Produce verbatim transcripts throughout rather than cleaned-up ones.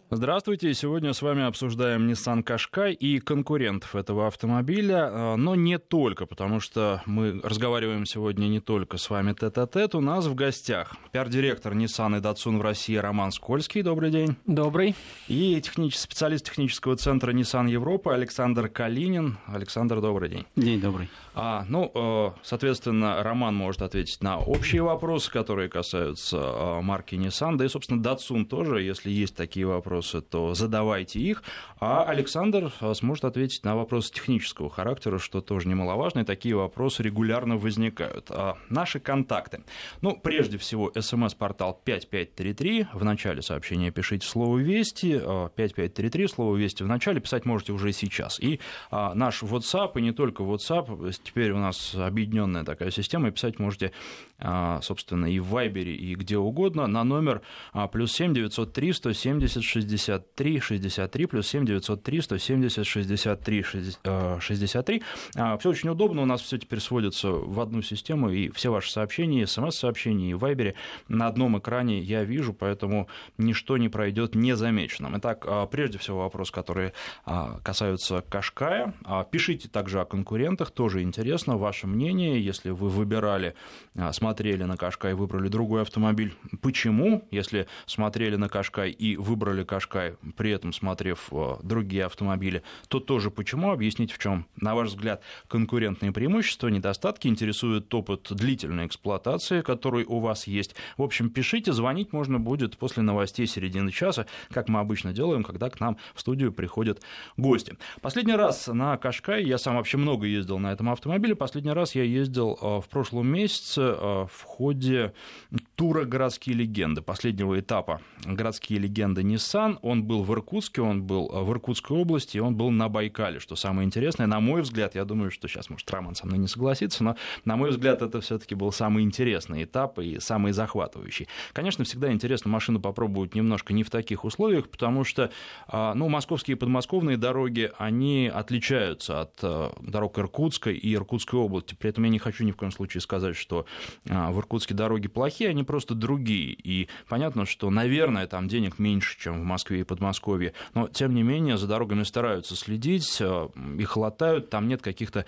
Здравствуйте, сегодня с вами обсуждаем Nissan Qashqai и конкурентов этого автомобиля, но не только, потому что мы разговариваем сегодня не только с вами тет-а-тет, у нас в гостях пиар-директор Nissan и Datsun в России Роман Скользкий, добрый день. Добрый. И технич... специалист технического центра Nissan Европа Александр Калинин. Александр, добрый день. День добрый. А, ну, соответственно, Роман может ответить на общие вопросы, которые касаются марки Nissan, да и, собственно, Datsun тоже, если есть такие вопросы, то задавайте их, а Александр сможет ответить на вопросы технического характера, что тоже немаловажно, и такие вопросы регулярно возникают. А наши контакты. Ну, прежде всего, смс-портал пять пять три три, в начале сообщения пишите слово «Вести», пять пять три три, слово «Вести» в начале, писать можете уже сейчас. И а, наш WhatsApp, и не только WhatsApp, теперь у нас объединенная такая система, и писать можете, а, собственно, и в Вайбере, и где угодно, на номер а, плюс семь девятьсот три сто семьдесят шестьдесят три шестьдесят три, плюс семь девятьсот три сто семьдесят шестьдесят три шестьдесят три. Все очень удобно, у нас все теперь сводится в одну систему, и все ваши сообщения, смс-сообщения и в Вайбере на одном экране я вижу, поэтому ничто не пройдет незамеченным. Итак, прежде всего вопрос, которые касаются Qashqai. Пишите также о конкурентах, тоже интересно, ваше мнение, если вы выбирали, смотрели на Qashqai и выбрали другой автомобиль, почему, если смотрели на Qashqai и выбрали Qashqai, при этом смотрев другие автомобили, то тоже почему, объяснить в чем, на ваш взгляд, конкурентные преимущества, недостатки, интересует опыт длительной эксплуатации, который у вас есть. В общем, пишите, звонить можно будет после новостей середины часа, как мы обычно делаем, когда к нам в студию приходят гости. Последний раз на Qashqai, я сам вообще много ездил на этом автомобиле, последний раз я ездил в прошлом месяце в ходе тура «Городские легенды», последнего этапа «Городские легенды Nissan». Он был в Иркутске, он был в Иркутской области, и он был на Байкале, что самое интересное. На мой взгляд, я думаю, что сейчас, может, Роман со мной не согласится, но, на мой взгляд, это все-таки был самый интересный этап и самый захватывающий. Конечно, всегда интересно машину попробовать немножко не в таких условиях, потому что, ну, московские и подмосковные дороги, они отличаются от дорог Иркутской и Иркутской области. При этом я не хочу ни в коем случае сказать, что в Иркутске дороги плохие, они просто другие. И понятно, что, наверное, там денег меньше, чем в Москве и Подмосковье, но, тем не менее, за дорогами стараются следить, их латают, там нет каких-то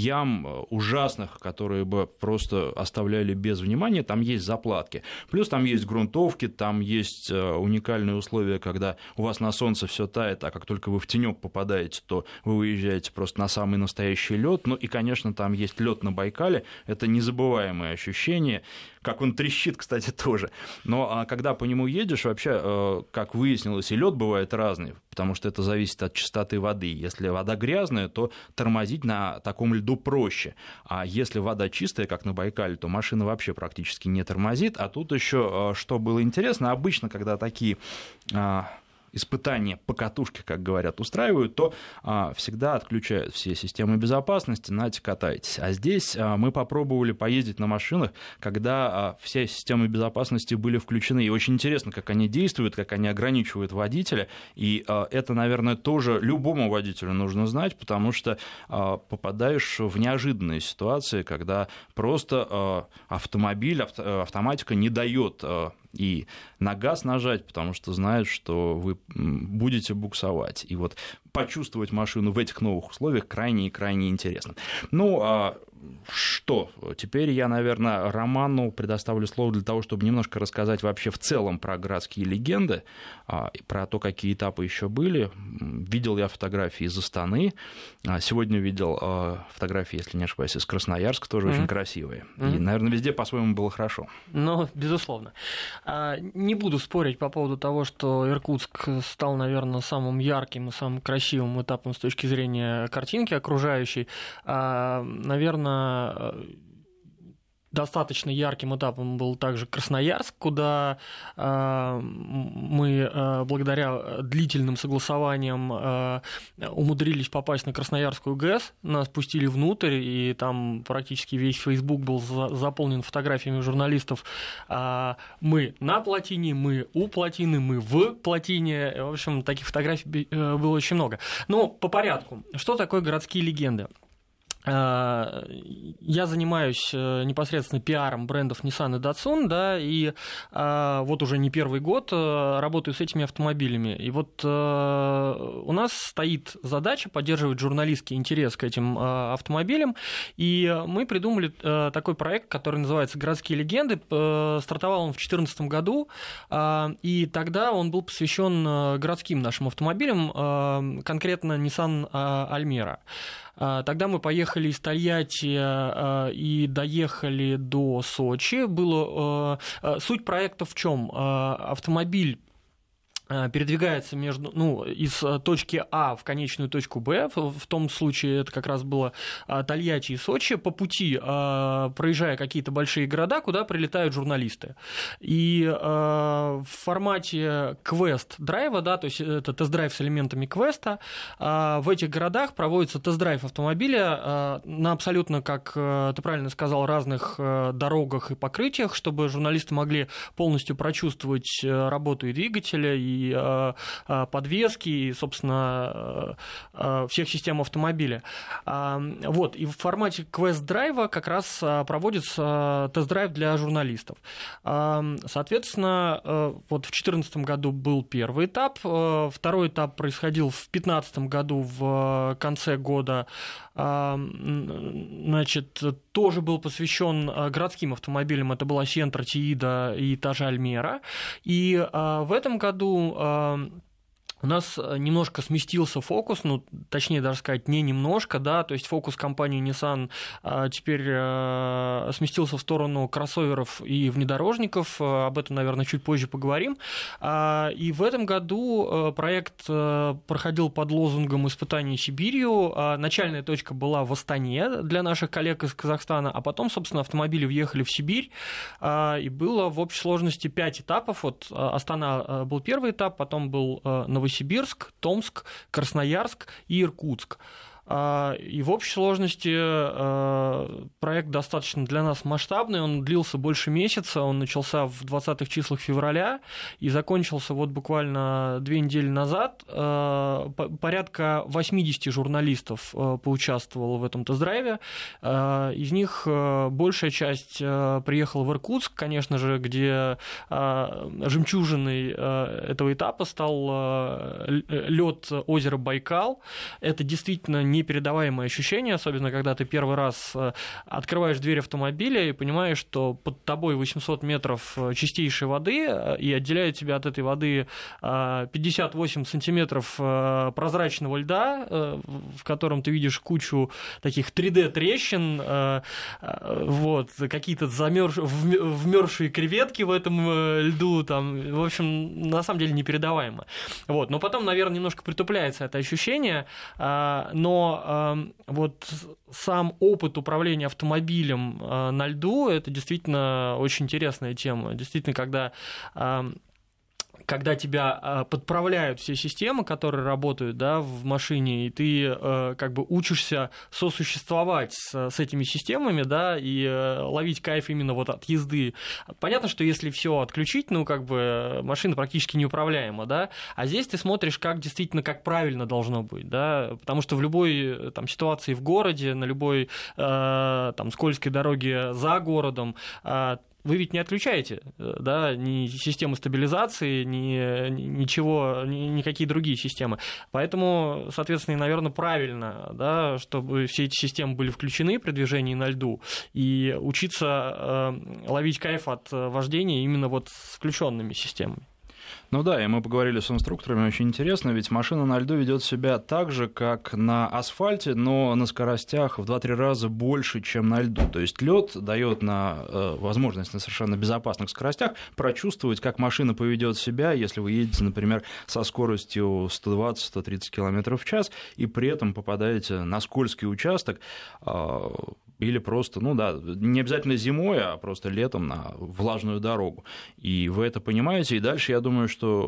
ям ужасных, которые бы просто оставляли без внимания, там есть заплатки. Плюс там есть грунтовки, там есть уникальные условия, когда у вас на солнце все тает, а как только вы в тенек попадаете, то вы выезжаете просто на самый настоящий лед. Ну и, конечно, там есть лед на Байкале, это незабываемое ощущение, как он трещит, кстати, тоже. Но когда по нему едешь, вообще, как выяснилось, и лед бывает разный, потому что это зависит от чистоты воды. Если вода грязная, то тормозить на таком льду проще. А если вода чистая, как на Байкале, то машина вообще практически не тормозит. А тут еще, что было интересно, обычно, когда такие испытания по катушке, как говорят, устраивают, то а, всегда отключают все системы безопасности, нате, катайтесь. А здесь а, мы попробовали поездить на машинах, когда а, все системы безопасности были включены. И очень интересно, как они действуют, как они ограничивают водителя. И а, это, наверное, тоже любому водителю нужно знать, потому что а, попадаешь в неожиданные ситуации, когда просто а, автомобиль, авто, автоматика не дает а, и на газ нажать, потому что знают, что вы будете буксовать. И вот почувствовать машину в этих новых условиях крайне и крайне интересно. Ну, а что? Теперь я, наверное, Роману предоставлю слово для того, чтобы немножко рассказать вообще в целом про городские легенды, про то, какие этапы еще были. Видел я фотографии из Астаны, сегодня видел фотографии, если не ошибаюсь, из Красноярска, тоже mm-hmm. очень красивые. Mm-hmm. И, наверное, везде по-своему было хорошо. Ну, безусловно. Не буду спорить по поводу того, что Иркутск стал, наверное, самым ярким и самым красивым этапом с точки зрения картинки окружающей. Наверное, достаточно ярким этапом был также Красноярск, куда э, мы э, благодаря длительным согласованиям э, умудрились попасть на Красноярскую ГЭС, нас пустили внутрь, и там практически весь Facebook был за, заполнен фотографиями журналистов. Э, мы на плотине, мы у плотины, мы в плотине. В общем, таких фотографий было очень много. Но по порядку. Что такое городские легенды? я занимаюсь непосредственно пиаром брендов Nissan и Datsun, да, и вот уже не первый год работаю с этими автомобилями. И вот у нас стоит задача поддерживать журналистский интерес к этим автомобилям, и мы придумали такой проект, который называется «Городские легенды». Стартовал он в две тысячи четырнадцатом году, и тогда он был посвящен городским нашим автомобилям, конкретно Nissan Almera. Тогда мы поехали из Тольятти и доехали до Сочи. Было... Суть проекта в чем? Автомобиль передвигается между, ну, из точки А в конечную точку Б, в том случае это как раз было Тольятти и Сочи, по пути, проезжая какие-то большие города, куда прилетают журналисты. И в формате квест-драйва, да, то есть это тест-драйв с элементами квеста, в этих городах проводится тест-драйв автомобиля на абсолютно, как ты правильно сказал, разных дорогах и покрытиях, чтобы журналисты могли полностью прочувствовать работу и двигателя, и и подвески, и, собственно, всех систем автомобиля. Вот. И в формате квест-драйва как раз проводится тест-драйв для журналистов. Соответственно, вот в две тысячи четырнадцатом году был первый этап, второй этап происходил в две тысячи пятнадцатом году в конце года, значит, тоже был посвящен городским автомобилям, это была Сентра, Тиида и та же Альмера, и в этом году у нас немножко сместился фокус, ну, точнее даже сказать, не немножко, да, то есть фокус компании Nissan теперь сместился в сторону кроссоверов и внедорожников, об этом, наверное, чуть позже поговорим. И в этом году проект проходил под лозунгом «Испытание Сибирью». Начальная точка была в Астане для наших коллег из Казахстана, а потом, собственно, автомобили въехали в Сибирь, и было в общей сложности пять этапов. Вот Астана был первый этап, потом был Новосибирск, Новосибирск, Томск, Красноярск и Иркутск. И в общей сложности проект достаточно для нас масштабный, он длился больше месяца, он начался в двадцатых числах февраля и закончился вот буквально две недели назад. Порядка восемьдесят журналистов поучаствовало в этом тест-драйве, из них большая часть приехала в Иркутск, конечно же, где жемчужиной этого этапа стал лед озера Байкал. Это действительно не непередаваемое ощущение, особенно когда ты первый раз открываешь дверь автомобиля и понимаешь, что под тобой восемьсот метров чистейшей воды, и отделяет тебя от этой воды пятьдесят восемь сантиметров прозрачного льда, в котором ты видишь кучу таких три дэ-трещин, вот, какие-то замерз... вмерзшие креветки в этом льду, там, в общем, на самом деле непередаваемо. Вот. Но потом, наверное, немножко притупляется это ощущение, но вот сам опыт управления автомобилем на льду — это действительно очень интересная тема. Действительно, когда когда тебя подправляют все системы, которые работают, да, в машине, и ты как бы учишься сосуществовать с, с этими системами, да, и ловить кайф именно вот от езды. Понятно, что если все отключить, ну, как бы машина практически неуправляема, да, а здесь ты смотришь, как действительно, как правильно должно быть, да, потому что в любой там ситуации в городе, на любой там скользкой дороге за городом, вы ведь не отключаете, да, ни системы стабилизации, ни ничего, ни, никакие другие системы. Поэтому, соответственно, наверное, правильно, да, чтобы все эти системы были включены при движении на льду и учиться э, ловить кайф от вождения именно вот с включенными системами. Ну да, и мы поговорили с инструкторами, очень интересно, ведь машина на льду ведет себя так же, как на асфальте, но на скоростях в два-три раза больше, чем на льду. То есть лед дает на э, возможность на совершенно безопасных скоростях прочувствовать, как машина поведет себя, если вы едете, например, со скоростью сто двадцать - сто тридцать километров в час, и при этом попадаете на скользкий участок, э, или просто, ну да, не обязательно зимой, а просто летом на влажную дорогу. И вы это понимаете, и дальше, я думаю, что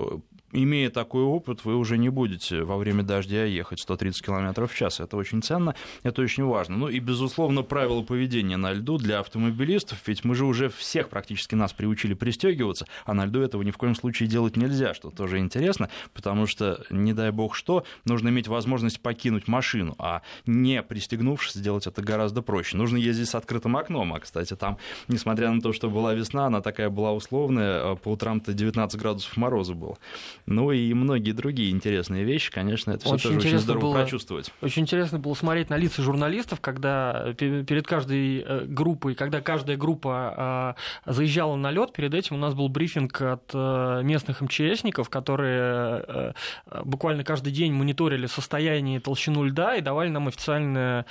имея такой опыт, вы уже не будете во время дождя ехать сто тридцать километров в час. Это очень ценно, это очень важно. Ну и, безусловно, правила поведения на льду для автомобилистов, ведь мы же уже всех практически нас приучили пристегиваться, а на льду этого ни в коем случае делать нельзя, что тоже интересно, потому что, не дай бог что, нужно иметь возможность покинуть машину, а не пристегнувшись, сделать это гораздо проще. Нужно ездить с открытым окном, а, кстати, там, несмотря на то, что была весна, она такая была условная, по утрам-то девятнадцать градусов мороза было. Ну и многие другие интересные вещи, конечно, это все тоже очень здорово было, прочувствовать. Очень интересно было смотреть на лица журналистов, когда перед каждой группой, когда каждая группа заезжала на лед, перед этим у нас был брифинг от местных МЧСников, которые буквально каждый день мониторили состояние и толщину льда и давали нам официальное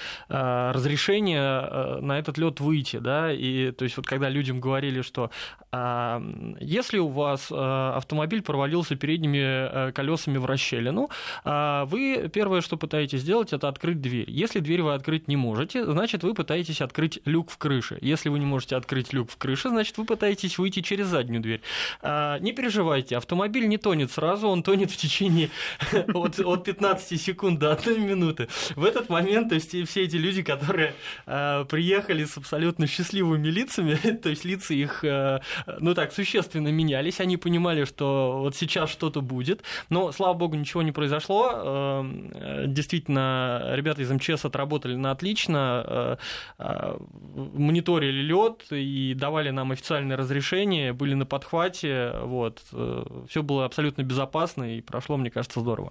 разрешение на этот лед выйти. Да? И, то есть вот когда людям говорили, что если у вас автомобиль провалился передними колесами в расщелину, вы первое, что пытаетесь сделать, это открыть дверь. Если дверь вы открыть не можете, значит, вы пытаетесь открыть люк в крыше. Если вы не можете открыть люк в крыше, значит, вы пытаетесь выйти через заднюю дверь. Не переживайте, автомобиль не тонет сразу, он тонет в течение от, от пятнадцати секунд до одной минуты. В этот момент, то есть все эти люди, которые приехали с абсолютно счастливыми лицами, то есть лица их, ну так, существенно менялись, они понимали, что вот сейчас что-то будет, но, слава богу, ничего не произошло. Действительно, ребята из МЧС отработали на отлично, мониторили лед и давали нам официальное разрешение, были на подхвате, вот. Все было абсолютно безопасно и прошло, мне кажется, здорово.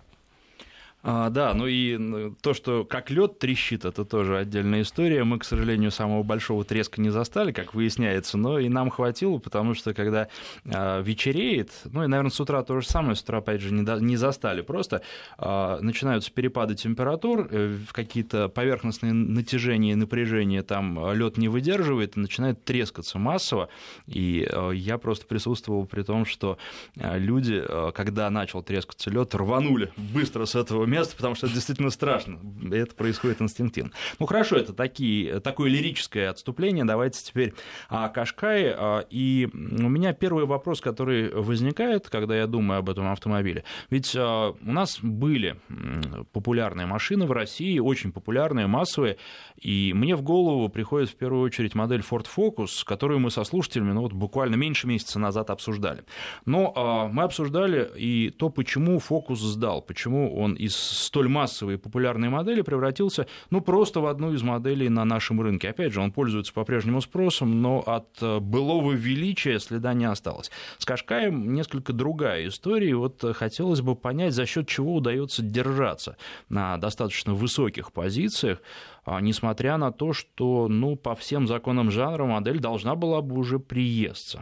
А, да, ну и то, что как лед трещит, это тоже отдельная история. Мы, к сожалению, самого большого треска не застали, как выясняется, но и нам хватило, потому что когда а, вечереет, ну и, наверное, с утра то же самое, с утра, опять же, не, до, не застали, просто а, начинаются перепады температур, какие-то поверхностные натяжения и напряжения там лед не выдерживает и начинает трескаться массово, и а, я просто присутствовал при том, что люди, когда начал трескаться лед, рванули быстро с этого места, потому что это действительно страшно. Это происходит инстинктивно. Ну хорошо, это такие, такое лирическое отступление. Давайте теперь о Кашкае. И у меня первый вопрос, который возникает, когда я думаю об этом автомобиле. Ведь у нас были популярные машины в России, очень популярные, массовые, и мне в голову приходит в первую очередь модель Ford Focus, которую мы со слушателями ну, вот буквально меньше месяца назад обсуждали. Но мы обсуждали и то, почему Focus сдал, почему он из столь массовой и популярной модели превратился, ну, просто в одну из моделей на нашем рынке. Опять же, он пользуется по-прежнему спросом, но от былого величия следа не осталось. С Кашкаем несколько другая история, и вот хотелось бы понять, за счет чего удается держаться на достаточно высоких позициях, несмотря на то, что, ну, по всем законам жанра модель должна была бы уже приесться.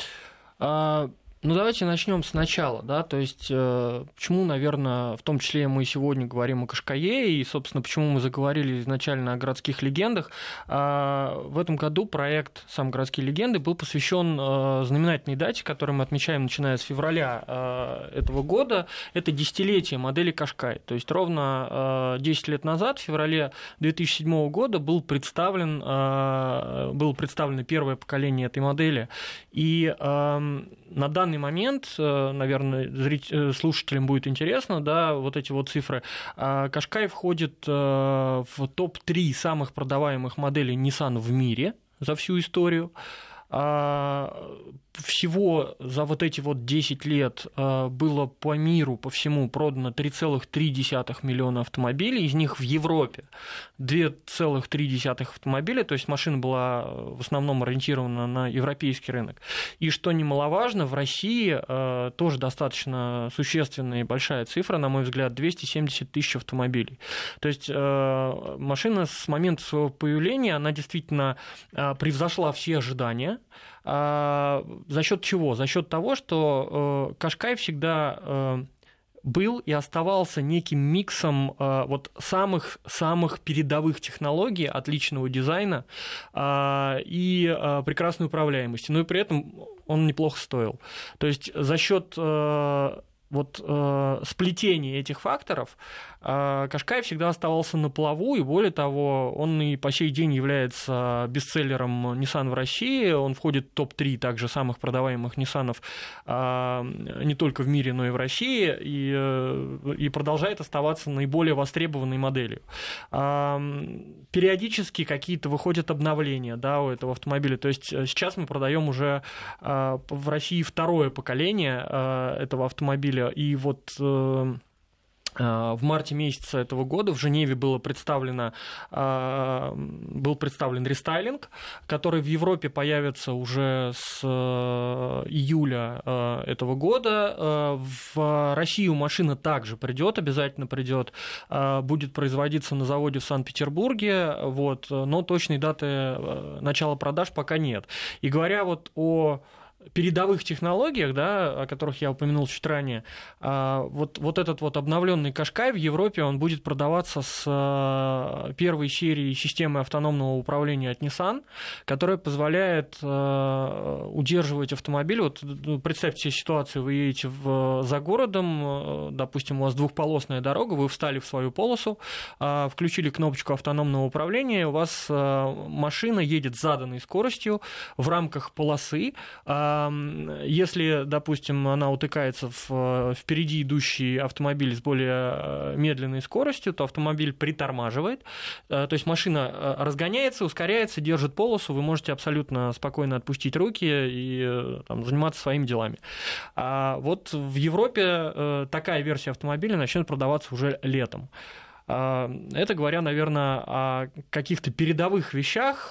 А... Ну, давайте начнем сначала, да, то есть, э, почему, наверное, в том числе мы сегодня говорим о Кашкае, и, собственно, почему мы заговорили изначально о городских легендах. Э, в этом году проект «Сам городские легенды» был посвящен э, знаменательной дате, которую мы отмечаем, начиная с февраля э, этого года. Это десятилетие модели Кашкай. То есть, ровно э, десять лет назад, в феврале две тысячи седьмого года, был представлен, э, было представлено первое поколение этой модели. И э, на данный момент, наверное, зрителям, слушателям будет интересно, да, вот эти вот цифры. Кашкай входит в топ три самых продаваемых моделей Nissan в мире за всю историю. Всего за вот эти вот десять лет было по миру, по всему продано три целых три десятых миллиона автомобилей, из них в Европе два целых три десятых автомобиля, то есть машина была в основном ориентирована на европейский рынок. И что немаловажно, в России тоже достаточно существенная и большая цифра, на мой взгляд, двести семьдесят тысяч автомобилей. То есть машина с момента своего появления, она действительно превзошла все ожидания. За счет чего? За счет того, что Кашкай всегда был и оставался неким миксом вот самых-самых передовых технологий, отличного дизайна и прекрасной управляемости. Но и при этом он неплохо стоил. То есть за счет вот э, сплетение этих факторов э, Qashqai всегда оставался на плаву, и более того, он и по сей день является бестселлером Nissan в России, он входит в топ три также самых продаваемых Nissan'ов э, не только в мире, но и в России, и, э, и продолжает оставаться наиболее востребованной моделью. Э, периодически какие-то выходят обновления, да, у этого автомобиля, то есть сейчас мы продаем уже э, в России второе поколение э, этого автомобиля. И вот э, в марте месяца этого года в Женеве было представлено, э, был представлен рестайлинг, который в Европе появится уже с э, июля э, этого года. Э, в Россию машина также придет, обязательно придет, э, будет производиться на заводе в Санкт-Петербурге, вот, но точной даты э, начала продаж пока нет. И говоря вот о передовых технологиях, да, о которых я упомянул чуть ранее, вот, вот этот вот обновленный Qashqai в Европе, он будет продаваться с первой серии системы автономного управления от Nissan, которая позволяет удерживать автомобиль. Вот представьте себе ситуацию, вы едете в, за городом, допустим, у вас двухполосная дорога, вы встали в свою полосу, включили кнопочку автономного управления, у вас машина едет с заданной скоростью в рамках полосы. Если, допустим, она утыкается в впереди идущий автомобиль с более медленной скоростью, то автомобиль притормаживает, то есть машина разгоняется, ускоряется, держит полосу, вы можете абсолютно спокойно отпустить руки и там, заниматься своими делами. А вот в Европе такая версия автомобиля начнет продаваться уже летом. Это говоря, наверное, о каких-то передовых вещах,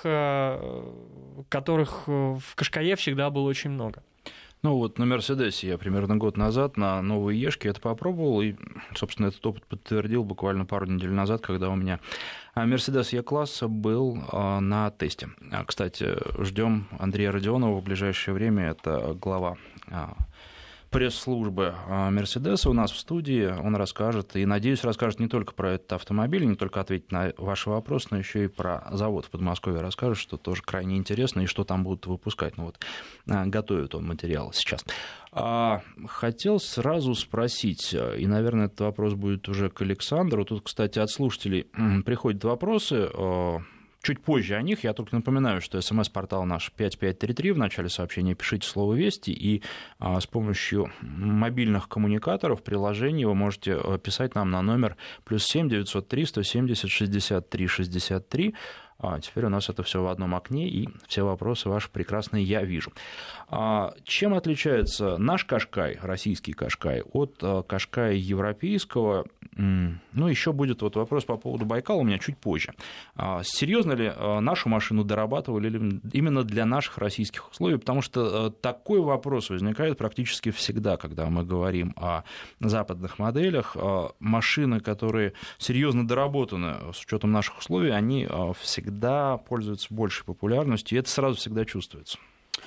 которых в Qashqai всегда было очень много. Ну вот на Мерседесе я примерно год назад на новой Ешке это попробовал, и, собственно, этот опыт подтвердил буквально пару недель назад, когда у меня Мерседес Е-класса был на тесте. Кстати, ждем Андрея Родионова в ближайшее время, это глава пресс-службы Мерседеса у нас в студии, он расскажет, и, надеюсь, расскажет не только про этот автомобиль, не только ответит на ваши вопросы, но еще и про завод в Подмосковье расскажет, что тоже крайне интересно, и что там будут выпускать. Ну вот, готовит он материал сейчас. Хотел сразу спросить, и, наверное, этот вопрос будет уже к Александру. Тут, кстати, от слушателей приходят вопросы. Чуть позже о них. Я только напоминаю, что смс-портал наш пять пять три три. В начале сообщения пишите слово «Вести», и а, с помощью мобильных коммуникаторов, приложений вы можете писать нам на номер плюс семь девятьсот три сто семьдесят шестьдесят три шестьдесят три. А теперь у нас это все в одном окне, и все вопросы ваши прекрасные я вижу. А чем отличается наш Qashqai, российский Qashqai, от Qashqai европейского? Ну, еще будет вот вопрос по поводу Байкала у меня чуть позже. А серьезно ли нашу машину дорабатывали именно для наших российских условий? Потому что такой вопрос возникает практически всегда, когда мы говорим о западных моделях. Машины, которые серьезно доработаны с учетом наших условий, они всегда всегда пользуются большей популярностью, и это сразу всегда чувствуется.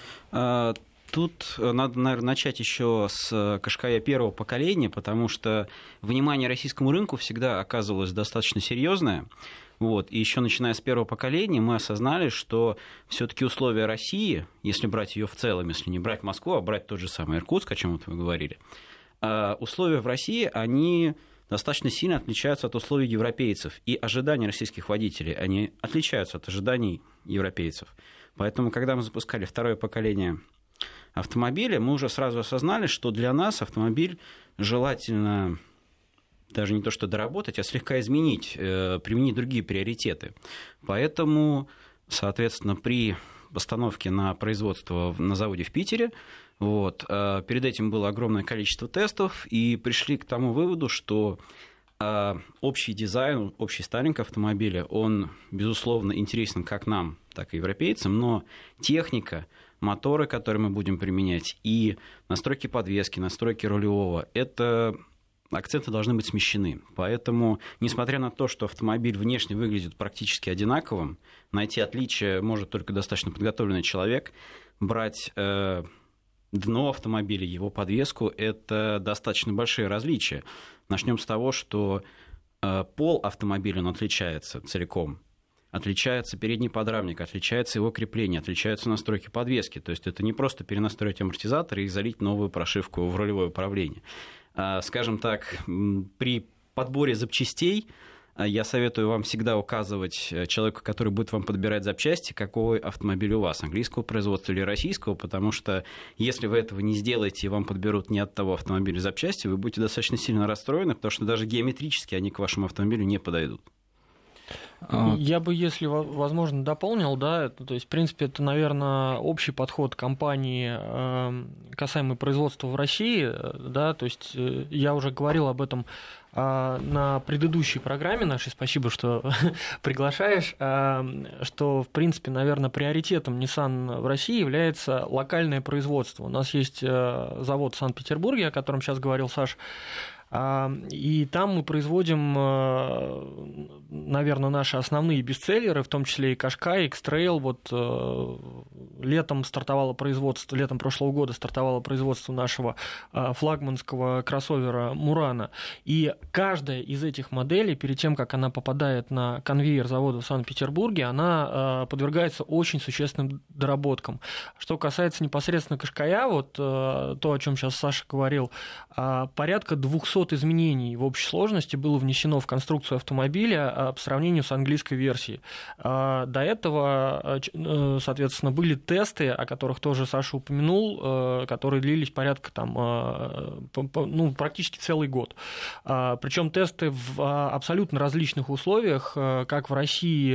Тут надо, наверное, начать еще с Qashqai первого поколения, потому что внимание российскому рынку всегда оказывалось достаточно серьезное. Вот. И еще начиная с первого поколения мы осознали, что все-таки условия России, если брать ее в целом, если не брать Москву, а брать тот же самый Иркутск, о чем вот вы говорили, условия в России, они достаточно сильно отличаются от условий европейцев. И ожидания российских водителей, они отличаются от ожиданий европейцев. Поэтому, когда мы запускали второе поколение автомобиля, мы уже сразу осознали, что для нас автомобиль желательно даже не то что доработать, а слегка изменить, применить другие приоритеты. Поэтому, соответственно, при постановке на производство на заводе в Питере, вот, перед этим было огромное количество тестов, и пришли к тому выводу, что общий дизайн, общий стайлинг автомобиля, он, безусловно, интересен как нам, так и европейцам, но техника, моторы, которые мы будем применять, и настройки подвески, настройки рулевого, это акценты должны быть смещены. Поэтому, несмотря на то, что автомобиль внешне выглядит практически одинаковым, найти отличия может только достаточно подготовленный человек. Брать э, дно автомобиля, его подвеску – это достаточно большие различия. Начнем с того, что э, пол автомобиля он отличается целиком. Отличается передний подрамник, отличается его крепление, отличаются настройки подвески. То есть это не просто перенастроить амортизатор и залить новую прошивку в рулевое управление. скажем так, при подборе запчастей я советую вам всегда указывать человеку, который будет вам подбирать запчасти, какой автомобиль у вас, английского производства или российского, потому что если вы этого не сделаете и вам подберут не от того автомобиля запчасти, вы будете достаточно сильно расстроены, потому что даже геометрически они к вашему автомобилю не подойдут. Я бы, если возможно, дополнил, да, то есть, в принципе, это, наверное, общий подход компании, касаемый производства в России, да, то есть я уже говорил об этом на предыдущей программе нашей, спасибо, что приглашаешь, что, в принципе, наверное, приоритетом Nissan в России является локальное производство. У нас есть завод в Санкт-Петербурге, о котором сейчас говорил Саш, и там мы производим, наверное, наши основные бестселлеры, в том числе и Qashqai, X-Trail. Вот летом стартовало производство, летом прошлого года стартовало производство нашего флагманского кроссовера Murano. И каждая из этих моделей, перед тем, как она попадает на конвейер завода в Санкт-Петербурге, она подвергается очень существенным доработкам. Что касается непосредственно Qashqai, вот то, о чем сейчас Саша говорил, порядка двухсот изменений в общей сложности было внесено в конструкцию автомобиля по сравнению с английской версией. До этого, соответственно, были тесты, о которых тоже Саша упомянул, которые длились порядка там, ну, практически целый год. Причем тесты в абсолютно различных условиях, как в России,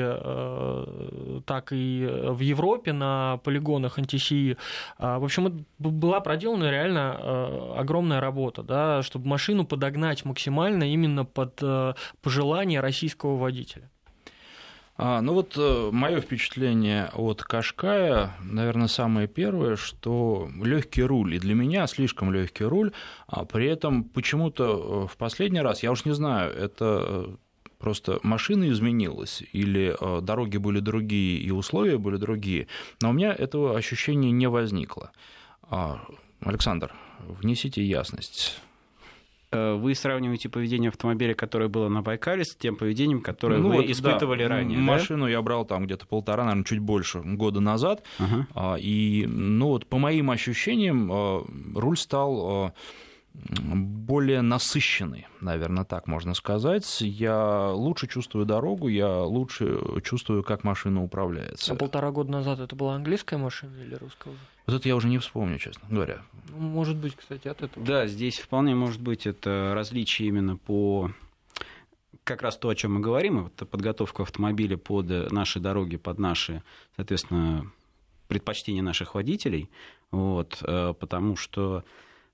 так и в Европе на полигонах эн ти си и. В общем, была проделана реально огромная работа, да, чтобы машину подогнать максимально именно под пожелания российского водителя. А, ну вот мое впечатление от Qashqai, наверное, самое первое, что легкий руль, и для меня слишком легкий руль, а при этом почему-то в последний раз, я уж не знаю, это просто машина изменилась, или дороги были другие, и условия были другие, но у меня этого ощущения не возникло. Александр, внесите ясность. Вы сравниваете поведение автомобиля, которое было на Байкале, с тем поведением, которое ну, вы вот, испытывали да, ранее. Машину да? я брал там где-то полтора, наверное, чуть больше года назад. Uh-huh. И ну, вот, по моим ощущениям, руль стал более насыщенный, наверное, так можно сказать. Я лучше чувствую дорогу, я лучше чувствую, как машина управляется. А полтора года назад это была английская машина или русская? Вот это я уже не вспомню, честно говоря. Может быть, кстати, от этого. Да, здесь вполне может быть это различие именно по как раз то, о чем мы говорим, это подготовка автомобиля под наши дороги, под наши, соответственно, предпочтения наших водителей, вот, потому что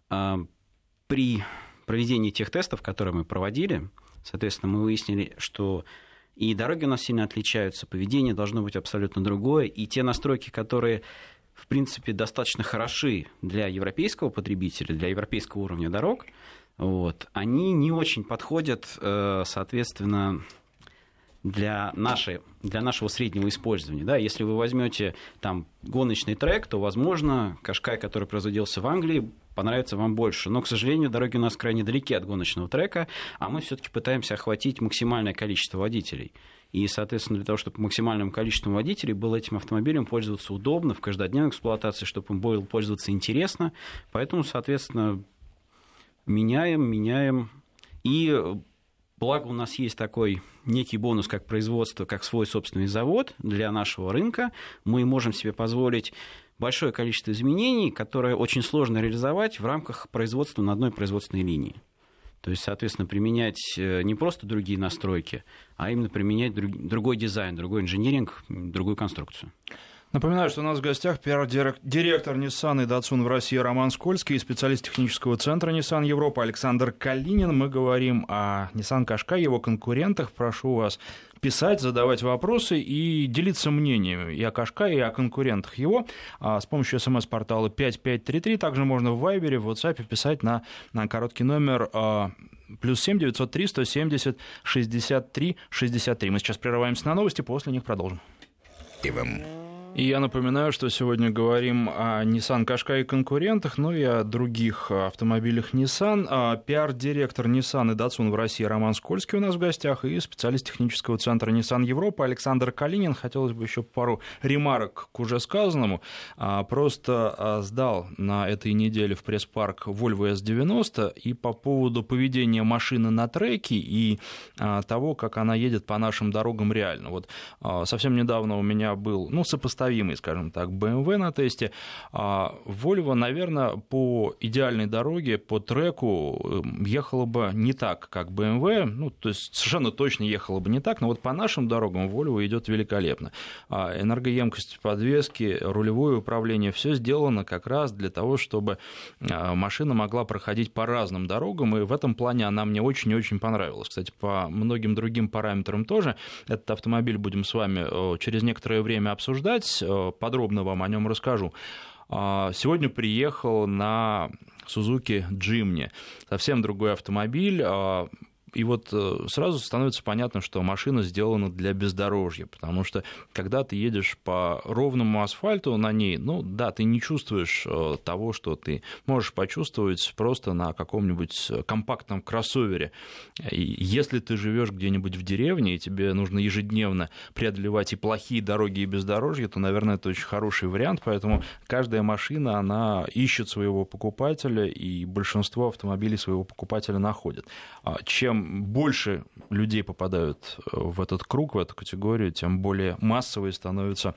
при проведении тех тестов, которые мы проводили, соответственно, мы выяснили, что и дороги у нас сильно отличаются, поведение должно быть абсолютно другое, и те настройки, которые, в принципе, достаточно хороши для европейского потребителя, для европейского уровня дорог, вот, они не очень подходят, соответственно, для, нашей, для нашего среднего использования. Да, если вы возьмете там гоночный трек, то, возможно, Qashqai, который производился в Англии, понравится вам больше. Но, к сожалению, дороги у нас крайне далеки от гоночного трека, а мы все-таки пытаемся охватить максимальное количество водителей. И, соответственно, для того, чтобы максимальным количеством водителей было этим автомобилем пользоваться удобно в каждодневной эксплуатации, чтобы им было пользоваться интересно. Поэтому, соответственно, меняем, меняем. И благо у нас есть такой некий бонус, как производство, как свой собственный завод для нашего рынка. Мы можем себе позволить большое количество изменений, которые очень сложно реализовать в рамках производства на одной производственной линии. То есть, соответственно, применять не просто другие настройки, а именно применять другой дизайн, другой инжиниринг, другую конструкцию. Напоминаю, что у нас в гостях пиар-директор Nissan и Datsun в России Роман Скользкий и специалист технического центра Nissan Европа Александр Калинин. Мы говорим о Nissan Qashqai, его конкурентах. Прошу вас писать, задавать вопросы и делиться мнениями и о Qashqai, и о конкурентах его с помощью смс-портала пять пять три три. Также можно в Вайбере, в WhatsApp писать на, на короткий номер плюс семь девятьсот три сто семьдесят шестьдесят три шестьдесят три. Мы сейчас прерываемся на новости, после них продолжим. И И я напоминаю, что сегодня говорим о Nissan Qashqai и конкурентах, ну и о других автомобилях Nissan. Пиар-директор Nissan и Datsun в России Роман Скользкий у нас в гостях и специалист технического центра Nissan Европа Александр Калинин. Хотелось бы еще пару ремарок к уже сказанному. Просто сдал на этой неделе в пресс-парк Volvo эс девяносто, и по поводу поведения машины на треке и того, как она едет по нашим дорогам реально. Вот совсем недавно у меня был, ну, сопоставительный, скажем так, бэ эм вэ на тесте. Volvo, наверное, по идеальной дороге, по треку ехала бы не так, как бэ эм вэ, ну, то есть совершенно точно ехала бы не так, но вот по нашим дорогам Volvo идет великолепно. Энергоемкость подвески, рулевое управление, все сделано как раз для того, чтобы машина могла проходить по разным дорогам, и в этом плане она мне очень и очень понравилась. Кстати, по многим другим параметрам тоже. Этот автомобиль будем с вами через некоторое время обсуждать, подробно вам о нем расскажу. Сегодня приехал на Suzuki Jimny, совсем другой автомобиль. И вот сразу становится понятно, что машина сделана для бездорожья, потому что когда ты едешь по ровному асфальту на ней, ну да, ты не чувствуешь того, что ты можешь почувствовать просто на каком-нибудь компактном кроссовере. И если ты живешь где-нибудь в деревне, и тебе нужно ежедневно преодолевать и плохие дороги, и бездорожье, то, наверное, это очень хороший вариант, поэтому каждая машина, она ищет своего покупателя, и большинство автомобилей своего покупателя находят. Чем больше людей попадают в этот круг, в эту категорию, тем более массовой становится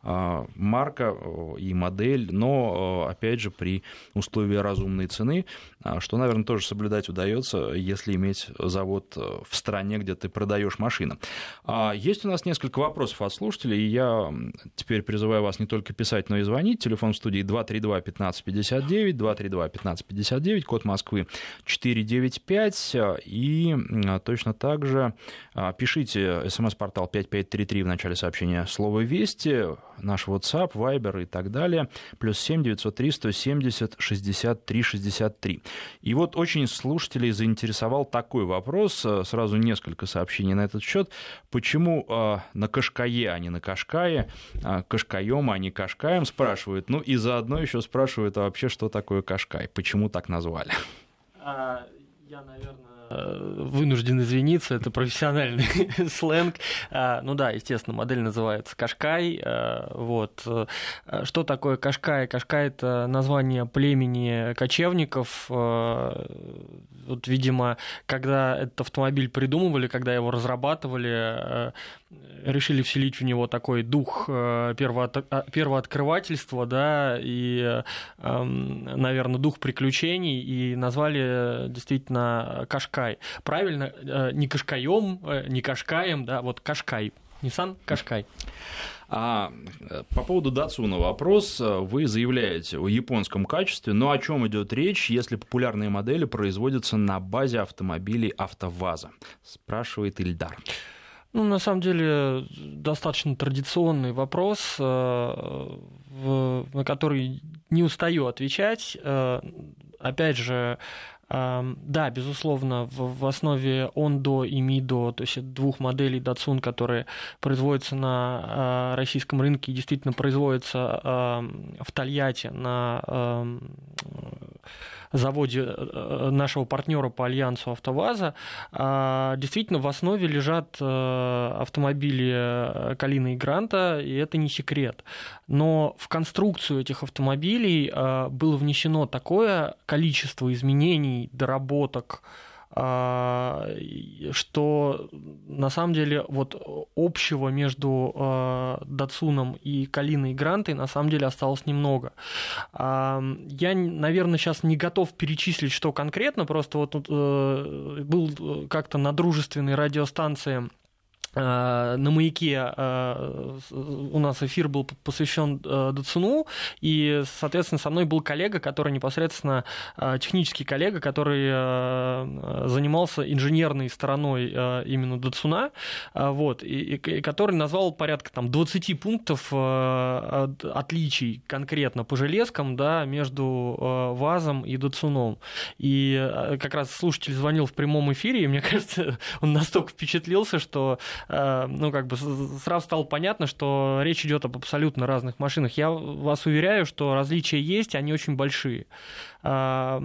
марка и модель, но, опять же, при условии разумной цены, что, наверное, тоже соблюдать удается, если иметь завод в стране, где ты продаешь машины. Есть у нас несколько вопросов от слушателей, и я теперь призываю вас не только писать, но и звонить. Телефон в студии два три два пятнадцать пятьдесят девять, два три два пятнадцать пятьдесят девять, код Москвы четыреста девяносто пять, и точно так же пишите смс-портал пять пять три три в начале сообщения слово «Вести», наш WhatsApp, Viber и так далее, плюс семь девятьсот три сто семьдесят шестьдесят три шестьдесят три. И вот очень слушателей заинтересовал такой вопрос, сразу несколько сообщений на этот счет. Почему на Кашкае, а не на Кашкае, Кашкаем, а не Кашкаем, спрашивают. Ну и заодно еще спрашивают, а вообще, что такое Кашкай, почему так назвали? А, я, наверное, вынужден извиниться, это профессиональный сленг. Ну да, естественно, модель называется Кашкай. Вот. Что такое Кашкай? Кашкай — это название племени кочевников. Вот, видимо, когда этот автомобиль придумывали, когда его разрабатывали, решили вселить в него такой дух первооткрывательства, да, и, наверное, дух приключений, и назвали действительно Кашкай. Правильно, не Кашкаем, не Кашкаем, да, вот Кашкай. Nissan Qashqai. А по поводу Datsun вопрос. Вы заявляете о японском качестве, но о чем идет речь, если популярные модели производятся на базе автомобилей АвтоВАЗа? Спрашивает Ильдар. Ну, на самом деле, достаточно традиционный вопрос, на который не устаю отвечать. Опять же, да, безусловно, в основе Ондо и Мидо, то есть двух моделей Datsun, которые производятся на российском рынке и действительно производятся в Тольятти на заводе нашего партнера по альянсу АвтоВАЗа, действительно в основе лежат автомобили Калина и Гранта, и это не секрет. Но в конструкцию этих автомобилей было внесено такое количество изменений, доработок, что на самом деле вот общего между Datsun и Калиной и Грантой на самом деле осталось немного. Я, наверное, сейчас не готов перечислить, что конкретно, просто вот был как-то на дружественной радиостанции на «Маяке» у нас эфир был посвящен Datsun, и, соответственно, со мной был коллега, который непосредственно, технический коллега, который занимался инженерной стороной именно Датсуна, вот, и, и который назвал порядка там, двадцать пунктов отличий конкретно по железкам, да, между ВАЗом и Датсуном. И как раз слушатель звонил в прямом эфире, и мне кажется, он настолько впечатлился, что ну, как бы сразу стало понятно, что речь идет об абсолютно разных машинах. Я вас уверяю, что различия есть, они очень большие. Это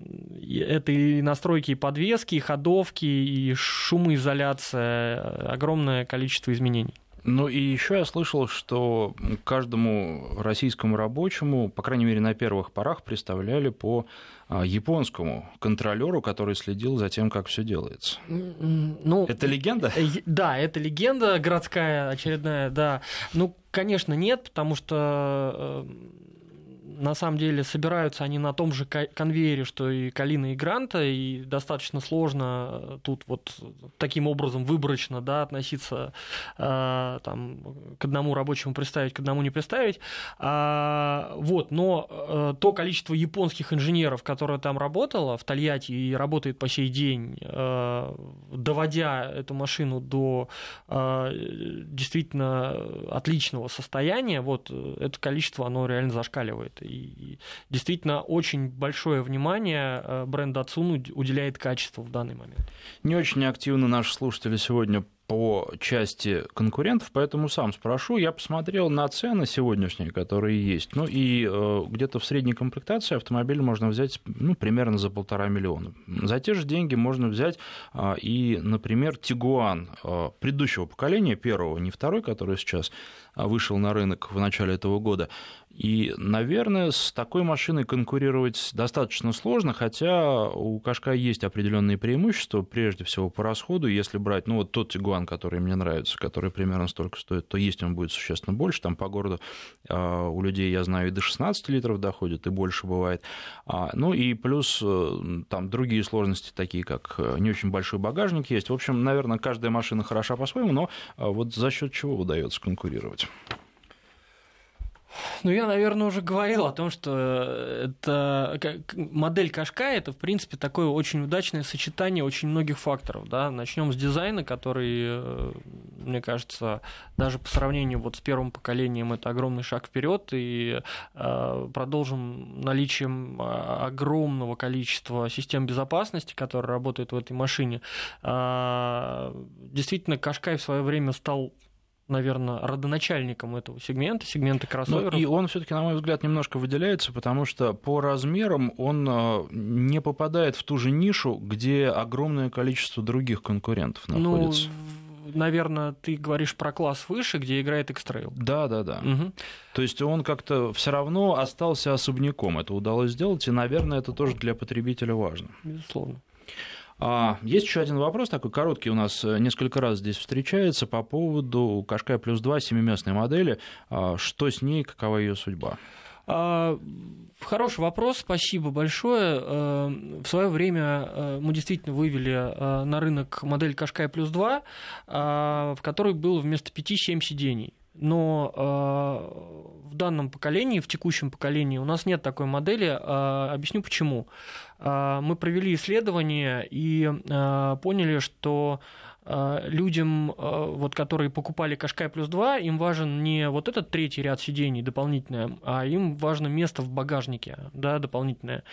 и настройки, и подвески, и ходовки, и шумоизоляция, огромное количество изменений. Ну и еще я слышал, что каждому российскому рабочему, по крайней мере на первых порах, представляли по японскому контролеру, который следил за тем, как все делается. Ну, это легенда? Да, это легенда городская очередная, да. Ну, конечно, нет, потому что на самом деле собираются они на том же конвейере, что и Калина и Гранта, и достаточно сложно тут вот таким образом выборочно, да, относиться э, там, к одному рабочему представить, к одному не представить. А, вот, но э, то количество японских инженеров, которое там работало в Тольятти и работает по сей день, э, доводя эту машину до э, действительно отличного состояния, вот это количество, оно реально зашкаливает. И действительно очень большое внимание бренд Datsun уделяет качеству в данный момент. Не очень активно наши слушатели сегодня по части конкурентов, поэтому сам спрошу. Я посмотрел на цены сегодняшние, которые есть. Ну и э, где-то в средней комплектации автомобиль можно взять ну, примерно за полтора миллиона. За те же деньги можно взять э, и, например, Тигуан э, предыдущего поколения, первого, не второй, который сейчас вышел на рынок в начале этого года. И, наверное, с такой машиной конкурировать достаточно сложно, хотя у Qashqai есть определенные преимущества, прежде всего по расходу. Если брать, ну, вот тот Тигуан, который мне нравится, который примерно столько стоит, то есть он будет существенно больше. Там по городу э, у людей, я знаю, и до шестнадцати литров доходит, и больше бывает. А, ну и плюс э, там другие сложности, такие как не очень большой багажник есть. В общем, наверное, каждая машина хороша по-своему, но э, вот за счет чего удается конкурировать? Ну, я, наверное, уже говорил о том, что это модель Qashqai — это, в принципе, такое очень удачное сочетание очень многих факторов. Да? Начнем с дизайна, который, мне кажется, даже по сравнению вот с первым поколением, это огромный шаг вперед, и э, продолжим наличием огромного количества систем безопасности, которые работают в этой машине. Э, действительно, Qashqai в свое время стал, наверное, родоначальником этого сегмента, сегмента кроссоверов. Ну, и он все-таки, на мой взгляд, немножко выделяется, потому что по размерам он не попадает в ту же нишу, где огромное количество других конкурентов находится. Ну, наверное, ты говоришь про класс выше, где играет X-Trail. Да, да, да. Угу. То есть он как-то все равно остался особняком. Это удалось сделать, и, наверное, это тоже для потребителя важно. Безусловно. Есть еще один вопрос, такой короткий, у нас несколько раз здесь встречается, по поводу Qashqai плюс два семиместной модели. Что с ней, какова ее судьба? Хороший вопрос, спасибо большое. В свое время мы действительно вывели на рынок модель Qashqai плюс два, в которой было вместо пяти семь сидений. Но э, в данном поколении, в текущем поколении у нас нет такой модели. Э, объясню почему. Э, мы провели исследование и э, поняли, что э, людям, э, вот, которые покупали Qashqai плюс два, им важен не вот этот третий ряд сидений дополнительное, а им важно место в багажнике, да, дополнительное.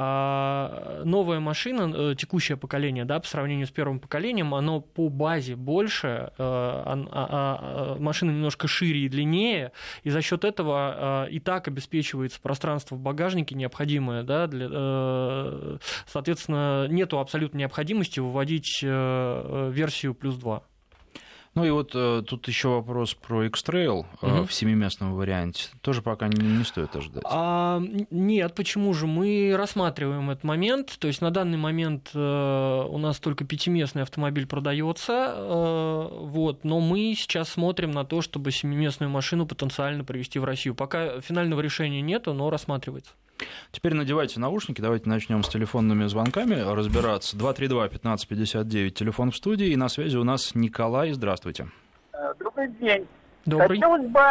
А новая машина, текущее поколение, да, по сравнению с первым поколением, оно по базе больше, э, а, а, а, машина немножко шире и длиннее, и за счет этого и так обеспечивается пространство в багажнике необходимое, да, для, соответственно, нету абсолютно необходимости выводить версию плюс два. Ну и вот э, тут еще вопрос про X-Trail э, угу. в семиместном варианте. Тоже пока не, не стоит ожидать. А, нет, почему же? Мы рассматриваем этот момент. То есть на данный момент э, у нас только пятиместный автомобиль продается, э, вот, но мы сейчас смотрим на то, чтобы семиместную машину потенциально привезти в Россию. Пока финального решения нету, но рассматривается. Теперь надевайте наушники, давайте начнем с телефонными звонками разбираться. два три два пятнадцать пятьдесят девять, телефон в студии, и на связи у нас Николай. Здравствуйте. Добрый день. Добрый. Хотелось бы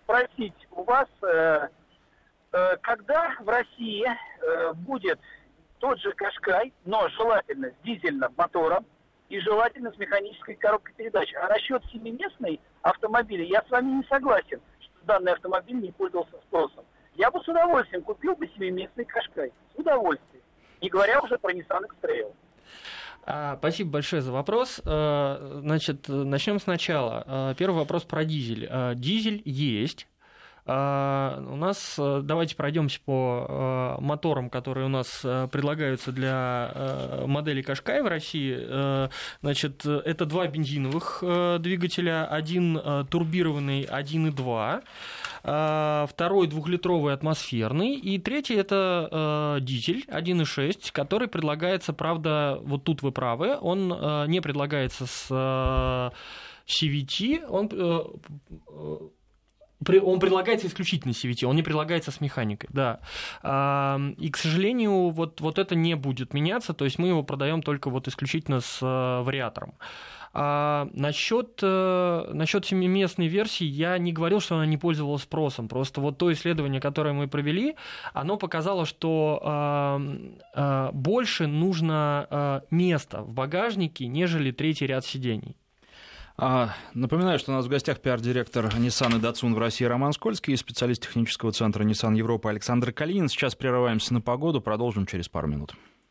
спросить у вас, когда в России будет тот же Qashqai, но желательно с дизельным мотором и желательно с механической коробкой передач. А насчет семиместной автомобиля я с вами не согласен, что данный автомобиль не пользовался спросом. Я бы с удовольствием купил бы семиместный Qashqai. С удовольствием. Не говоря уже про Nissan X-Trail. Спасибо большое за вопрос. Значит, начнем сначала. Первый вопрос про дизель. Дизель есть. У нас, давайте пройдемся по моторам, которые у нас предлагаются для модели Qashqai в России. Значит, это два бензиновых двигателя, один турбированный один и два, второй двухлитровый атмосферный, и третий это дизель один и шесть, который предлагается, правда, вот тут вы правы, он не предлагается с си ви ти, он... Он предлагается исключительно си ви ти, он не предлагается с механикой, да. И, к сожалению, вот, вот это не будет меняться, то есть мы его продаем только вот исключительно с вариатором. А насчет, насчет семиместной версии я не говорил, что она не пользовалась спросом. Просто вот то исследование, которое мы провели, оно показало, что больше нужно места в багажнике, нежели третий ряд сидений. Напоминаю, что у нас в гостях пиар-директор Nissan и Datsun в России Роман Скользкий и специалист технического центра Nissan Европа Александр Калинин. Сейчас прерываемся на погоду, продолжим через пару минут.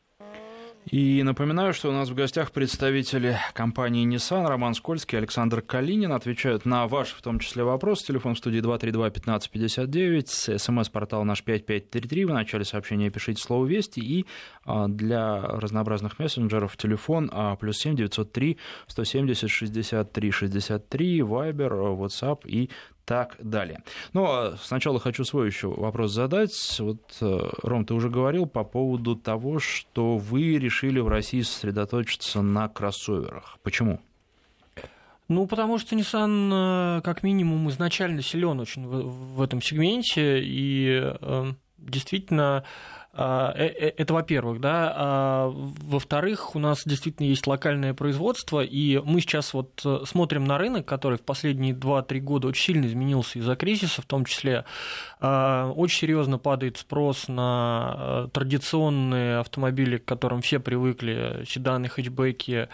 И напоминаю, что у нас в гостях представители компании Nissan Роман Скользкий и Александр Калинин отвечают на ваши, в том числе, вопросы. Телефон в студии два три два пятнадцать пятьдесят девять, смс-портал наш пять пять три три. В начале сообщения пишите слово «Вести». И для разнообразных мессенджеров телефон плюс семь девятьсот три сто семьдесят шестьдесят три шестьдесят три, Вайбер, WhatsApp и так далее. Но сначала хочу свой еще вопрос задать. Вот, Ром, ты уже говорил по поводу того, что вы решили в России сосредоточиться на кроссоверах. Почему? Ну, потому что Nissan, как минимум, изначально силен очень в, в этом сегменте, и э, действительно... Это, во-первых, да. Во-вторых, у нас действительно есть локальное производство, и мы сейчас вот смотрим на рынок, который в последние два-три года очень сильно изменился из-за кризиса, в том числе очень серьезно падает спрос на традиционные автомобили, к которым все привыкли, седаны, хэтчбеки,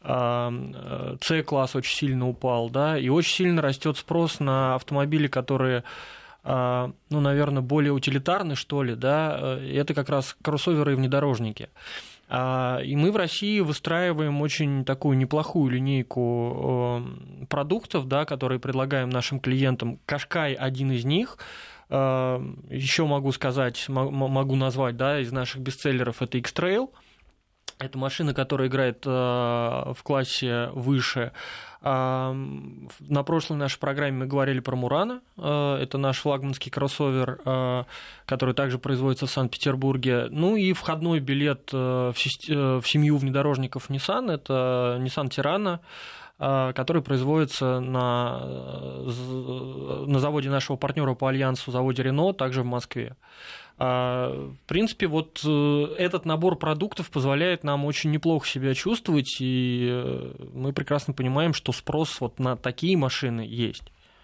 C-класс очень сильно упал, да, и очень сильно растет спрос на автомобили, которые... ну, наверное, более утилитарны, что ли, да, это как раз кроссоверы и внедорожники. И мы в России выстраиваем очень такую неплохую линейку продуктов, да, которые предлагаем нашим клиентам. Qashqai один из них. Еще могу сказать, могу назвать, да, из наших бестселлеров это X-Trail. Это машина, которая играет в классе выше. На прошлой нашей программе мы говорили про Мурано. Это наш флагманский кроссовер, который также производится в Санкт-Петербурге. Ну и входной билет в семью внедорожников Nissan – это Nissan Terrano, который производится на, на заводе нашего партнера по альянсу, заводе Renault, также в Москве. В принципе, вот этот набор продуктов позволяет нам очень неплохо себя чувствовать, и мы прекрасно понимаем, что спрос вот на такие машины есть.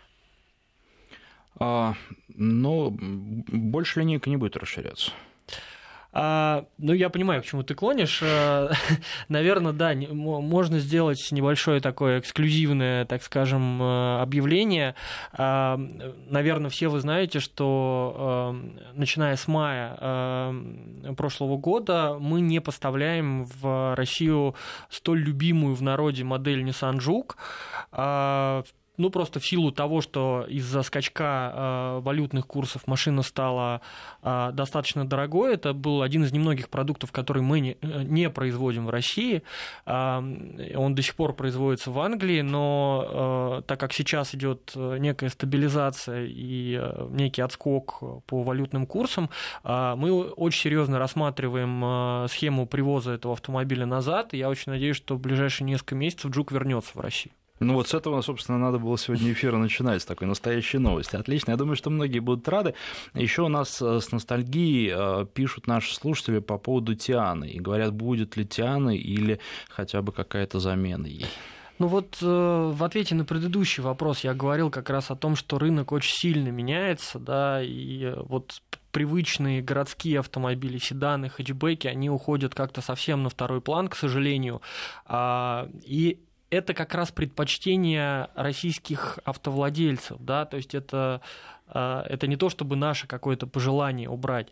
А, но больше линейка не будет расширяться. А, ну, я понимаю, к чему ты клонишь. Наверное, да, можно сделать небольшое такое эксклюзивное, так скажем, объявление. Наверное, все вы знаете, что начиная с мая прошлого года мы не поставляем в Россию столь любимую в народе модель Nissan Juke. Ну, просто в силу того, что из-за скачка э, валютных курсов машина стала э, достаточно дорогой. Это был один из немногих продуктов, который мы не, не производим в России. Э, он до сих пор производится в Англии, но э, так как сейчас идет некая стабилизация и э, некий отскок по валютным курсам, э, мы очень серьезно рассматриваем э, схему привоза этого автомобиля назад. И я очень надеюсь, что в ближайшие несколько месяцев Juke вернется в Россию. Ну вот с этого, собственно, надо было сегодня эфир начинать, с такой настоящей новости. Отлично, я думаю, что многие будут рады. Еще у нас с ностальгией пишут наши слушатели по поводу Тианы и говорят, будет ли Тиана или хотя бы какая-то замена ей. Ну вот э, в ответе на предыдущий вопрос я говорил как раз о том, что рынок очень сильно меняется, да, и вот привычные городские автомобили, седаны, хэтчбеки, они уходят как-то совсем на второй план, к сожалению. И это как раз предпочтение российских автовладельцев, да, то есть это, это не то, чтобы наше какое-то пожелание убрать.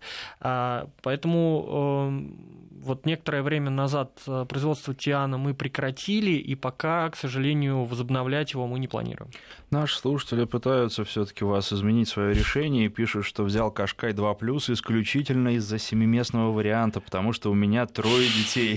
Поэтому вот некоторое время назад производство Тиана мы прекратили, и пока, к сожалению, возобновлять его мы не планируем. Наши слушатели пытаются все-таки вас изменить свое решение и пишут, что взял Кашкай два плюс исключительно из-за семиместного варианта, потому что у меня трое детей.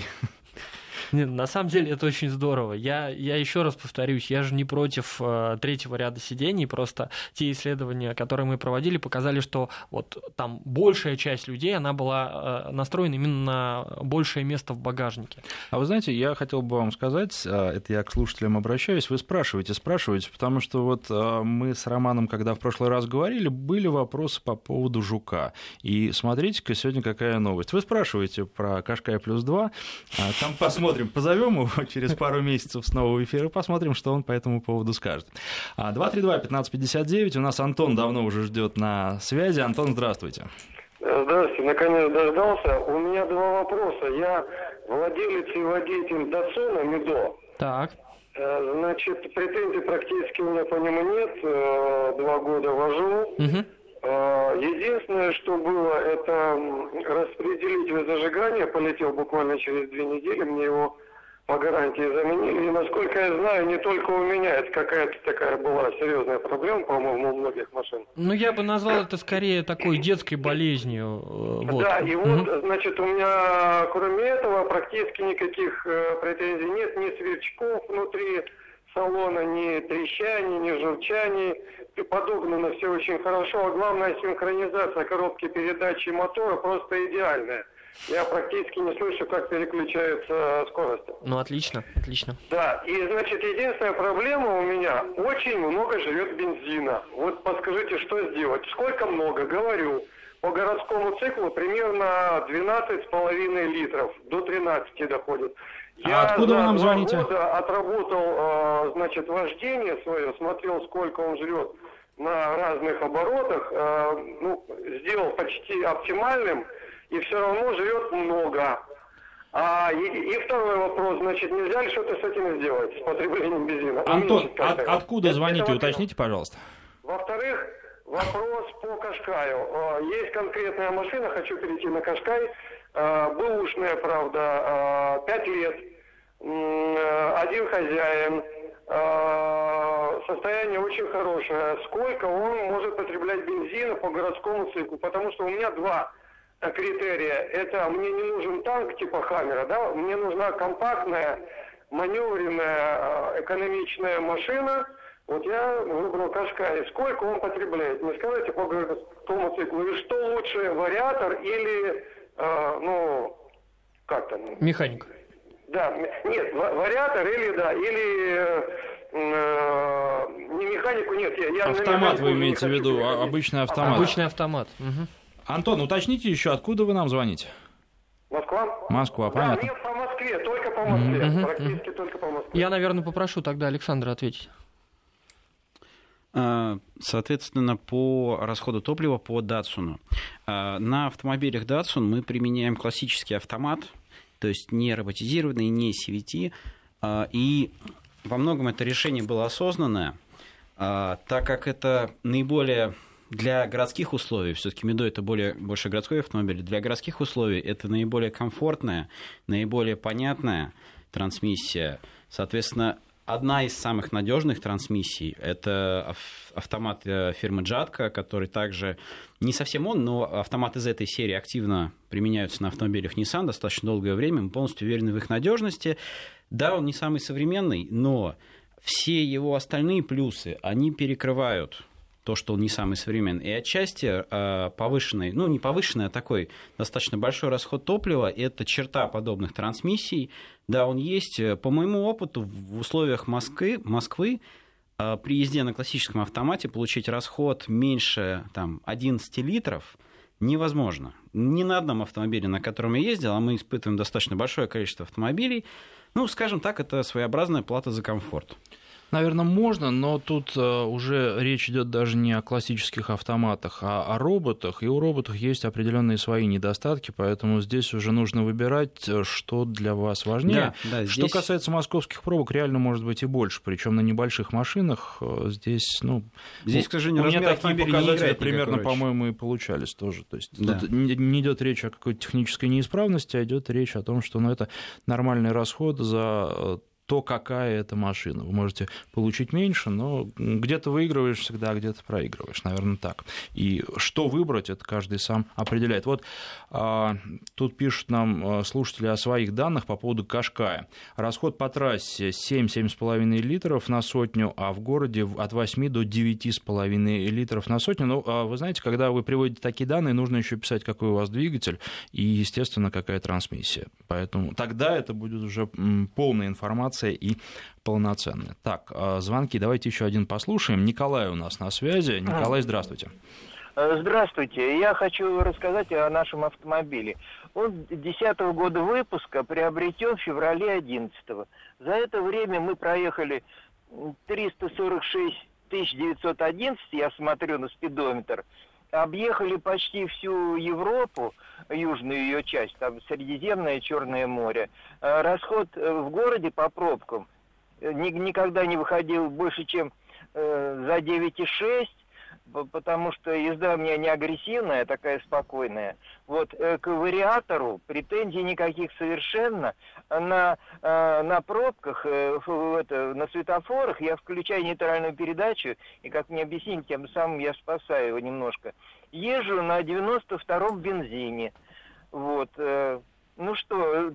Нет, на самом деле это очень здорово. Я, я еще раз повторюсь, я же не против э, третьего ряда сидений, просто те исследования, которые мы проводили, показали, что вот там большая часть людей, она была э, настроена именно на большее место в багажнике. А вы знаете, я хотел бы вам сказать, это я к слушателям обращаюсь, вы спрашиваете, спрашиваете, потому что вот мы с Романом, когда в прошлый раз говорили, были вопросы по поводу Жука. И смотрите-ка, сегодня какая новость. Вы спрашиваете про Кашкай плюс два, там посмотрим, позовем его через пару месяцев снова в эфир и посмотрим, что он по этому поводу скажет. два три два пятнадцать пятьдесят девять. У нас Антон давно уже ждет на связи. Антон, здравствуйте. Здравствуйте, наконец дождался. У меня два вопроса. Я владелец и водитель Датсуна Мидо. Так. Значит, претензий практически у меня по нему нет. Два года вожу. Угу. Единственное, что было, это распределитель зажигания полетел буквально через две недели, мне его по гарантии заменили. И, насколько я знаю, не только у меня, это какая-то такая была серьезная проблема, по-моему, у многих машин. Ну, я бы назвал это скорее такой детской болезнью. Вот. Да, и угу. вот, значит, у меня, кроме этого, практически никаких претензий нет, ни сверчков внутри салона, ни трещаний, ни журчаний. Подогнано все очень хорошо, а главное, синхронизация коробки передач и мотора просто идеальная. Я практически не слышу, как переключаются скорости. Ну, отлично, отлично. Да, и, значит, единственная проблема у меня, очень много живет бензина. Вот подскажите, что сделать? Сколько много? Говорю, по городскому циклу примерно двенадцать с половиной литров, до тринадцати доходит. А Я откуда вы нам звоните? года отработал, значит, вождение свое, смотрел, сколько он жрет на разных оборотах, ну, сделал почти оптимальным, и все равно живет много. А, и, и второй вопрос, значит, нельзя ли что-то с этим сделать, с потреблением бензина? Антон, от, откуда это, звоните, это, уточните, пожалуйста. Во-вторых, вопрос по Кашкаю. Есть конкретная машина, хочу перейти на Кашкай, бэушная, правда, пять лет, один хозяин, состояние очень хорошее. Сколько он может потреблять бензина по городскому циклу? Потому что у меня два критерия. Это мне не нужен танк типа Хаммера, да? Мне нужна компактная, маневренная, экономичная машина. Вот я выбрал Кашкай. Сколько он потребляет? Не скажите по городскому циклу. И что лучше, вариатор или, э, ну, как там? Механик. Да, нет, вариатор или, да, или э, не механику, нет. Я, я автомат вы имеете в виду, а, обычный автомат. Обычный автомат. Угу. Антон, уточните еще, откуда вы нам звоните? Москва? Москва, понятно. Да, нет, по Москве, только по Москве, mm-hmm. практически mm-hmm. только по Москве. Я, наверное, попрошу тогда Александра ответить. Соответственно, по расходу топлива по Datsun. На автомобилях Datsun мы применяем классический автомат, то есть не роботизированный, не си ви ти. И во многом это решение было осознанное, так как это наиболее для городских условий, все-таки Мидо это более, больше городской автомобиль, для городских условий это наиболее комфортная, наиболее понятная трансмиссия. Соответственно, одна из самых надежных трансмиссий – это автомат фирмы Джатка, который также, не совсем он, но автоматы из этой серии активно применяются на автомобилях Nissan достаточно долгое время, мы полностью уверены в их надежности. Да, он не самый современный, но все его остальные плюсы, они перекрывают то, что он не самый современный. И отчасти повышенный, ну не повышенный, а такой достаточно большой расход топлива – это черта подобных трансмиссий. Да, он есть. По моему опыту, в условиях Москвы, Москвы при езде на классическом автомате получить расход меньше там, одиннадцать литров невозможно. Ни на одном автомобиле, на котором я ездил, а мы испытываем достаточно большое количество автомобилей, ну, скажем так, это своеобразная плата за комфорт. Наверное, можно, но тут уже речь идет даже не о классических автоматах, а о роботах. И у роботов есть определенные свои недостатки, поэтому здесь уже нужно выбирать, что для вас важнее. Да, да, здесь... Что касается московских пробок, реально может быть и больше, причем на небольших машинах. Здесь, ну, здесь, к сожалению, у меня размер такие автомобиля показатели не примерно, по-моему, по-моему, и получались тоже. То есть да. тут не идет речь о какой-то технической неисправности, а идет речь о том, что ну, это нормальный расход за то, какая это машина. Вы можете получить меньше, но где-то выигрываешь всегда, где-то проигрываешь, наверное, так. И что выбрать, это каждый сам определяет. Вот а, тут пишут нам слушатели о своих данных по поводу Кашкая. Расход по трассе семь-семь с половиной литров на сотню, а в городе от восьми до девяти с половиной литров на сотню. Но а вы знаете, когда вы приводите такие данные, нужно еще писать, какой у вас двигатель и, естественно, какая трансмиссия. Поэтому тогда это будет уже полная информация и полноценная. Так, звонки, давайте еще один послушаем. Николай у нас на связи. Николай, здравствуйте. Здравствуйте. Я хочу рассказать о нашем автомобиле. Он десятого года выпуска, приобретен в феврале одиннадцатого. За это время мы проехали триста сорок шесть тысяч девятьсот одиннадцать, я смотрю на спидометр, объехали почти всю Европу, южную ее часть, там Средиземное и Черное море. Расход в городе по пробкам никогда не выходил больше, чем за девять и шесть, потому что езда у меня не агрессивная, а такая спокойная. Вот к вариатору претензий никаких совершенно. На, на пробках, это, на светофорах я включаю нейтральную передачу, и, как мне объяснили, тем самым я спасаю его немножко. Езжу на девяносто втором бензине. Вот. Ну что,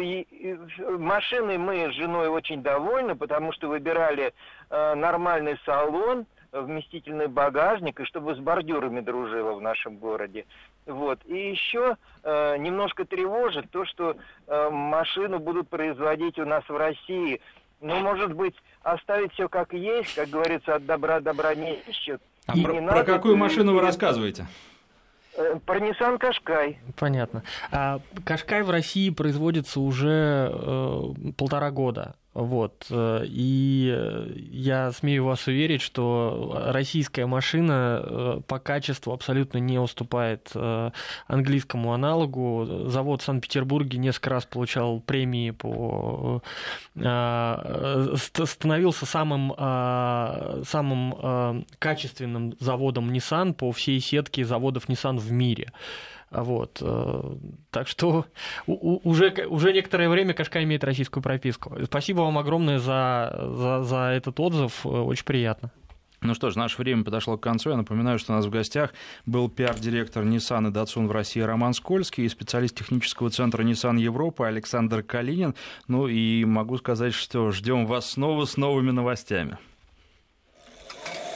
машиной мы с женой очень довольны, потому что выбирали нормальный салон, вместительный багажник, и чтобы с бордюрами дружило в нашем городе. Вот. И еще э, немножко тревожит то, что э, машину будут производить у нас в России. Ну, может быть, оставить все как есть, как говорится, от добра добра не ищут. А про, не про какую машину вы рассказываете? Про Nissan Qashqai. Понятно. А Qashqai в России производится уже э, полтора года. Вот. И я смею вас уверить, что российская машина по качеству абсолютно не уступает английскому аналогу. Завод в Санкт-Петербурге несколько раз получал премии по... становился самым, самым качественным заводом Nissan по всей сетке заводов Nissan в мире. Вот. Так что уже, уже некоторое время Qashqai имеет российскую прописку. Спасибо вам огромное за, за, за этот отзыв, очень приятно. Ну что ж, наше время подошло к концу. Я напоминаю, что у нас в гостях был пиар-директор Nissan и Datsun в России Роман Скользкий и специалист технического центра Nissan Европа Александр Калинин. Ну и могу сказать, что ждем вас снова с новыми новостями.